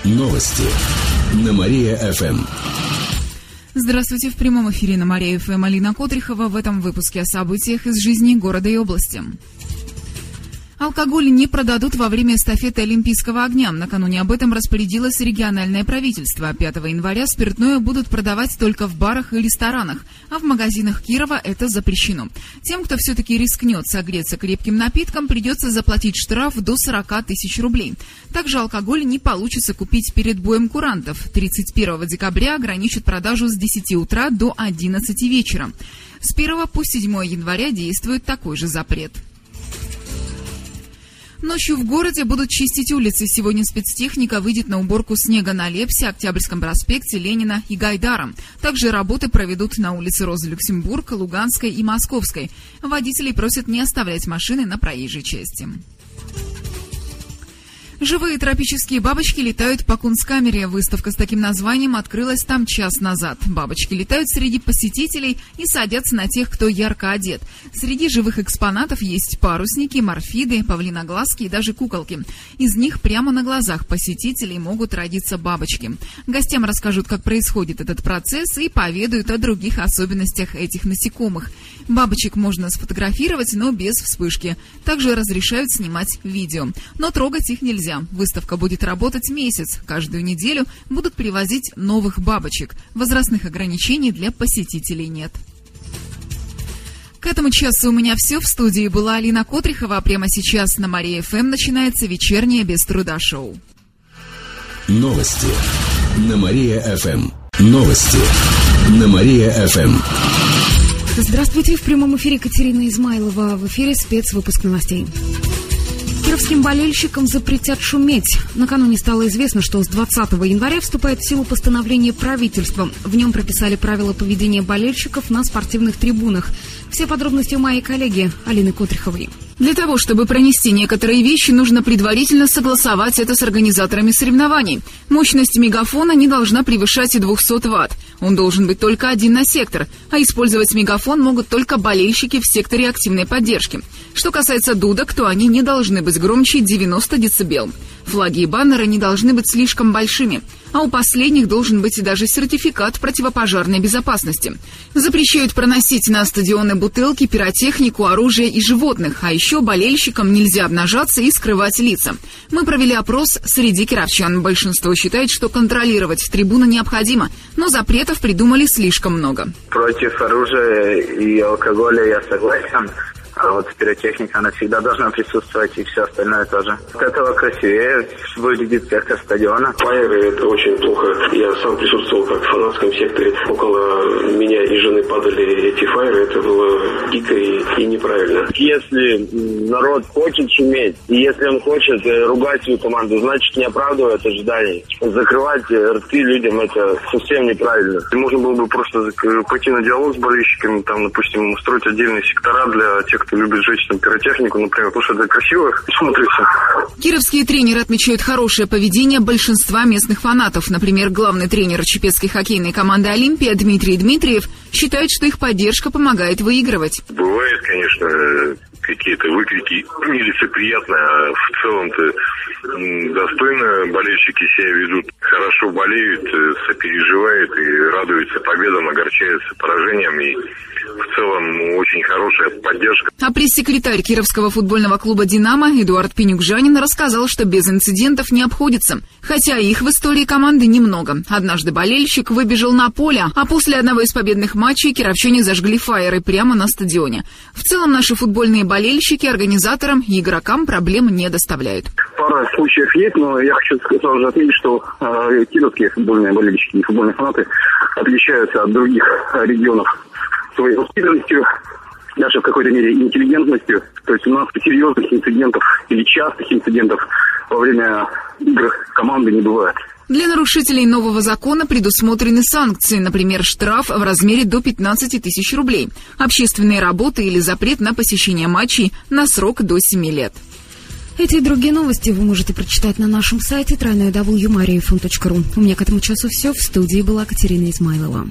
Новости на Мария-ФМ. Здравствуйте, в прямом эфире на Мария-ФМ Алина Котрихова. В этом выпуске о событиях из жизни города и области. Алкоголь не продадут во время эстафеты Олимпийского огня. Накануне об этом распорядилось региональное правительство. 5 января спиртное будут продавать только в барах и ресторанах, а в магазинах Кирова это запрещено. Тем, кто все-таки рискнет согреться крепким напитком, придется заплатить штраф до 40 тысяч рублей. Также алкоголь не получится купить перед боем курантов. 31 декабря ограничат продажу с 10 утра до 11 вечера. С 1 по 7 января действует такой же запрет. Ночью в городе будут чистить улицы. Сегодня спецтехника выйдет на уборку снега на Лепсе, Октябрьском проспекте, Ленина и Гайдара. Также работы проведут на улице Розы Люксембург, Луганской и Московской. Водителей просят не оставлять машины на проезжей части. Живые тропические бабочки летают по Кунсткамере. Выставка с таким названием открылась там час назад. Бабочки летают среди посетителей и садятся на тех, кто ярко одет. Среди живых экспонатов есть парусники, морфиды, павлиноглазки и даже куколки. Из них прямо на глазах посетителей могут родиться бабочки. Гостям расскажут, как происходит этот процесс, и поведают о других особенностях этих насекомых. Бабочек можно сфотографировать, но без вспышки. Также разрешают снимать видео. Но трогать их нельзя. Выставка будет работать месяц. Каждую неделю будут привозить новых бабочек. Возрастных ограничений для посетителей нет. К этому часу у меня все. В студии была Алина Котрихова. А прямо сейчас на Мария-ФМ начинается вечернее без труда шоу. Новости на Мария-ФМ. Новости на Мария-ФМ. Здравствуйте, в прямом эфире Катерина Измайлова. В эфире спецвыпуск новостей. Кировским болельщикам запретят шуметь. Накануне стало известно, что с 20 января вступает в силу постановление правительства. В нем прописали правила поведения болельщиков на спортивных трибунах. Все подробности у моей коллеги Алины Котриховой. Для того, чтобы пронести некоторые вещи, нужно предварительно согласовать это с организаторами соревнований. Мощность мегафона не должна превышать 200 Вт. Он должен быть только один на сектор, а использовать мегафон могут только болельщики в секторе активной поддержки. Что касается дудок, то они не должны быть громче 90 дБ. Флаги и баннеры не должны быть слишком большими, а у последних должен быть даже сертификат противопожарной безопасности. Запрещают проносить на стадионы бутылки, пиротехнику, оружие и животных, а еще болельщикам нельзя обнажаться и скрывать лица. Мы провели опрос среди кировчан. Большинство считает, что контролировать трибуны необходимо, но запретов придумали слишком много. Против оружия и алкоголя я согласен. А вот пиротехника, она всегда должна присутствовать, и все остальное тоже. От этого красивее выглядит сектор стадиона. Фаеры — это очень плохо. Я сам присутствовал как в фанатском секторе. Около меня и жены падали эти фаеры. Это было дико и неправильно. Если народ хочет шуметь, и если он хочет ругать свою команду, значит, не оправдывает ожиданий. Закрывать рты людям — это совсем неправильно. Можно было бы просто пойти на диалог с болельщиками, там, допустим, устроить отдельные сектора для тех, кто любит жечь там пиротехнику, например, потому что это красиво смотрится. Кировские тренеры отмечают хорошее поведение большинства местных фанатов. Например, главный тренер чепецкой хоккейной команды «Олимпия» Дмитрий Дмитриев считает, что их поддержка помогает выигрывать. Бывает, конечно, какие-то выкрики нелицеприятные, а в целом-то достойно болельщики себя ведут, хорошо болеют, сопереживают и радуются победам, огорчаются поражениям, и в целом очень хорошая поддержка. А пресс-секретарь Кировского футбольного клуба «Динамо» Эдуард Пенюк-Жанин рассказал, что без инцидентов не обходится. Хотя их в истории команды немного. Однажды болельщик выбежал на поле, а после одного из победных матчей кировчане зажгли фаеры прямо на стадионе. В целом наши футбольные болельщики организаторам и игрокам проблем не доставляют. Пара случаев есть, но я хочу сразу же отметить, что кировские футбольные болельщики и футбольные фанаты отличаются от других регионов своей воспитанностью, даже в какой-то мере интеллигентностью. То есть у нас серьезных инцидентов или частых инцидентов во время игр команды не бывает. Для нарушителей нового закона предусмотрены санкции, например, штраф в размере до 15 тысяч рублей, общественные работы или запрет на посещение матчей на срок до 7 лет. Эти и другие новости вы можете прочитать на нашем сайте www.mariafm.ru. У меня к этому часу все. В студии была Катерина Измайлова.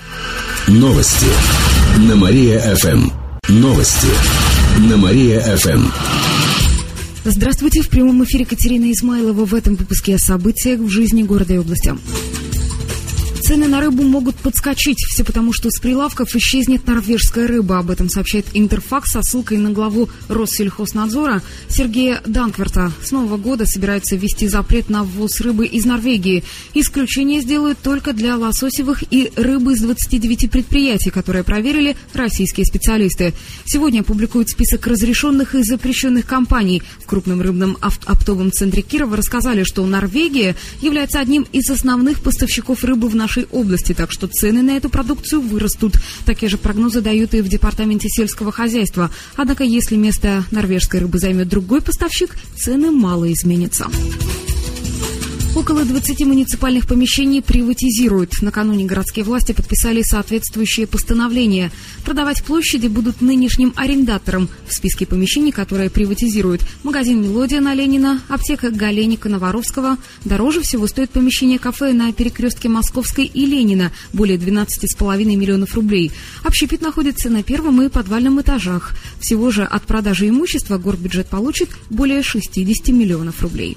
Новости на Мария-ФМ. Новости на Мария-ФМ. Здравствуйте, в прямом эфире Катерина Измайлова. В этом выпуске о событиях в жизни города и области. Цены на рыбу могут подскочить. Все потому, что с прилавков исчезнет норвежская рыба. Об этом сообщает Интерфакс со ссылкой на главу Россельхознадзора Сергея Данкверта. С Нового года собираются ввести запрет на ввоз рыбы из Норвегии. Исключение сделают только для лососевых и рыбы из 29 предприятий, которые проверили российские специалисты. Сегодня публикуют список разрешенных и запрещенных компаний. В крупном рыбном оптовом центре Кирова рассказали, что Норвегия является одним из основных поставщиков рыбы в нашей области, так что цены на эту продукцию вырастут. Такие же прогнозы дают и в департаменте сельского хозяйства. Однако, если место норвежской рыбы займет другой поставщик, цены мало изменятся. Около 20 муниципальных помещений приватизируют. Накануне городские власти подписали соответствующее постановление. Продавать площади будут нынешним арендаторам. В списке помещений, которые приватизируют: магазин «Мелодия» на Ленина, аптека Галеника на Воровского. Дороже всего стоит помещение кафе на перекрестке Московской и Ленина, более 12,5 миллионов рублей. Общепит находится на первом и подвальном этажах. Всего же от продажи имущества горбюджет получит более 60 миллионов рублей.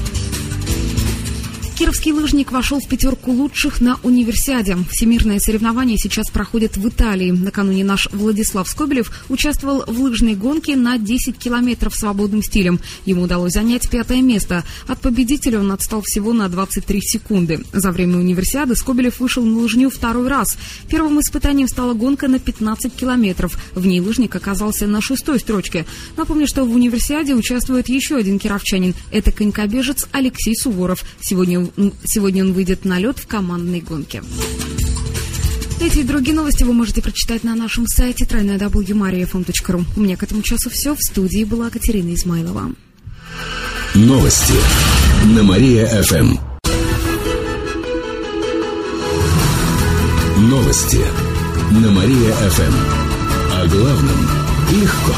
Кировский лыжник вошел в пятерку лучших на универсиаде. Всемирные соревнования сейчас проходят в Италии. Накануне наш Владислав Скобелев участвовал в лыжной гонке на 10 километров свободным стилем. Ему удалось занять 5-е место. От победителя он отстал всего на 23 секунды. За время универсиады Скобелев вышел на лыжню второй раз. Первым испытанием стала гонка на 15 километров. В ней лыжник оказался на 6-й строчке. Напомню, что в универсиаде участвует еще один кировчанин. Это конькобежец Алексей Суворов. Сегодня он выйдет на лед в командной гонке. Эти и другие новости вы можете прочитать на нашем сайте www.mariafm.ru. У меня к этому часу все. В студии была Катерина Измайлова. Новости на Мария-ФМ. Новости на Мария-ФМ. О главном легко.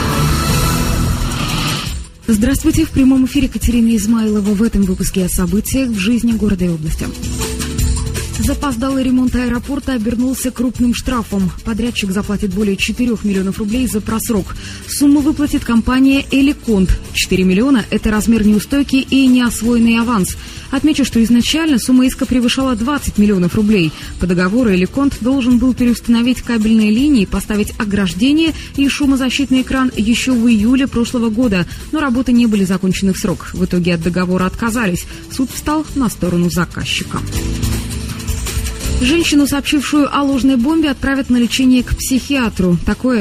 Здравствуйте, в прямом эфире Катерина Измайлова. В этом выпуске о событиях в жизни города и области. Запоздалый ремонт аэропорта обернулся крупным штрафом. Подрядчик заплатит более 4 миллионов рублей за просрок. Сумму выплатит компания «Эликонт». 4 миллиона – это размер неустойки и неосвоенный аванс. Отмечу, что изначально сумма иска превышала 20 миллионов рублей. По договору «Эликонт» должен был переустановить кабельные линии, поставить ограждение и шумозащитный экран еще в июле прошлого года, но работы не были закончены в срок. В итоге от договора отказались. Суд встал на сторону заказчика. Женщину, сообщившую о ложной бомбе, отправят на лечение к психиатру.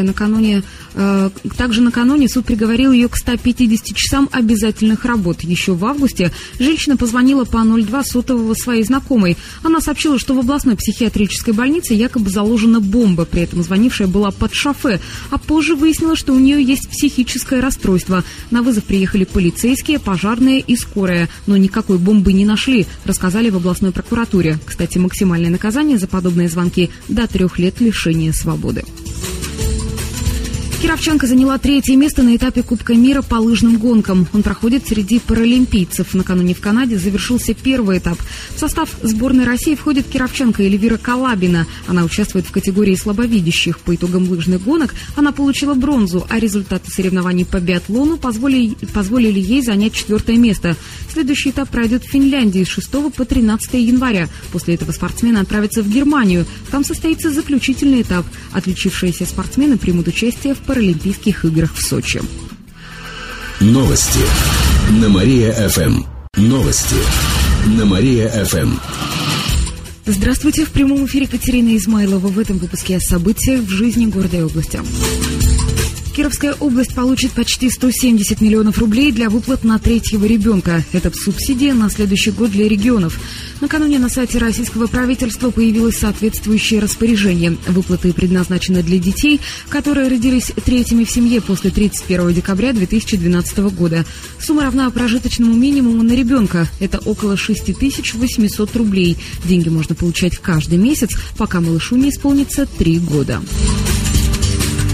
Также накануне суд приговорил ее к 150 часам обязательных работ. Еще в августе женщина позвонила по 02 сотового своей знакомой. Она сообщила, что в областной психиатрической больнице якобы заложена бомба. При этом звонившая была под шофе. А позже выяснилось, что у нее есть психическое расстройство. На вызов приехали полицейские, пожарные и скорая. Но никакой бомбы не нашли, рассказали в областной прокуратуре. Кстати, максимальное наказание за подобные звонки – до 3 лет лишения свободы. Кировчанка заняла 3-е место на этапе Кубка мира по лыжным гонкам. Он проходит среди паралимпийцев. Накануне в Канаде завершился первый этап. В состав сборной России входит кировчанка Эльвира Калабина. Она участвует в категории слабовидящих. По итогам лыжных гонок она получила бронзу, а результаты соревнований по биатлону позволили ей занять 4-е место. Следующий этап пройдет в Финляндии с 6 по 13 января. После этого спортсмены отправятся в Германию. Там состоится заключительный этап. Отличившиеся спортсмены примут участие в Паралимпийских играх в Сочи. Новости на Мария-ФМ. Новости на Мария-ФМ. Здравствуйте, в прямом эфире Катерина Измайлова. В этом выпуске о событиях в жизни города и области. Кировская область получит почти 170 миллионов рублей для выплат на 3-го ребенка. Это субсидия на следующий год для регионов. Накануне на сайте российского правительства появилось соответствующее распоряжение. Выплаты предназначены для детей, которые родились третьими в семье после 31 декабря 2012 года. Сумма равна прожиточному минимуму на ребенка. Это около 6800 рублей. Деньги можно получать каждый месяц, пока малышу не исполнится 3 года.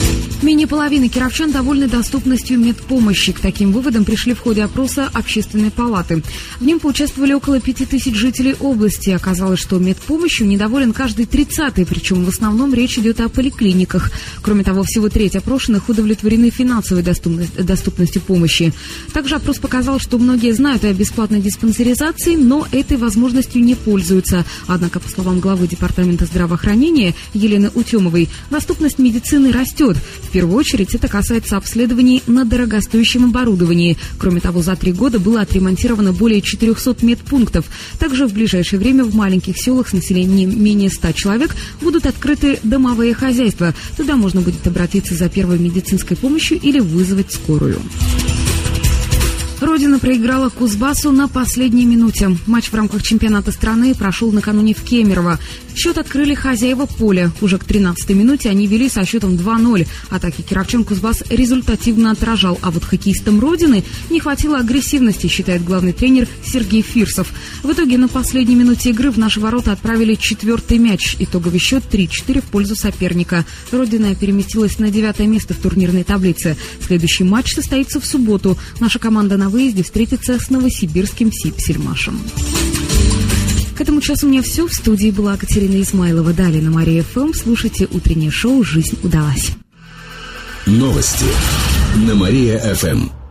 Менее половины кировчан довольны доступностью медпомощи. К таким выводам пришли в ходе опроса Общественной палаты. В нем поучаствовали около 5000 жителей области. Оказалось, что медпомощью недоволен каждый 30-й, причем в основном речь идет о поликлиниках. Кроме того, всего треть опрошенных удовлетворены финансовой доступностью помощи. Также опрос показал, что многие знают о бесплатной диспансеризации, но этой возможностью не пользуются. Однако, по словам главы Департамента здравоохранения Елены Утемовой, доступность медицины растет. В первую очередь это касается обследований на дорогостоящем оборудовании. Кроме того, за 3 года было отремонтировано более 400 медпунктов. Также в ближайшее время в маленьких селах с населением менее 100 человек будут открыты домовые хозяйства. Туда можно будет обратиться за первой медицинской помощью или вызвать скорую. Родина проиграла Кузбассу на последней минуте. Матч в рамках чемпионата страны прошел накануне в Кемерово. Счет открыли хозяева поля. Уже к 13-й минуте они вели со счетом 2-0. Атаки кировчан Кузбасс результативно отражал. А вот хоккеистам Родины не хватило агрессивности, считает главный тренер Сергей Фирсов. В итоге на последней минуте игры в наши ворота отправили 4-й мяч. Итоговый счет 3-4 в пользу соперника. Родина переместилась на 9-е место в турнирной таблице. Следующий матч состоится в субботу. Наша команда на выезде встретится с новосибирским Сипсельмашем. К этому часу у меня все. В студии была Катерина Измайлова. Далее на Мария ФМ слушайте утреннее шоу «Жизнь удалась». Новости на Мария ФМ.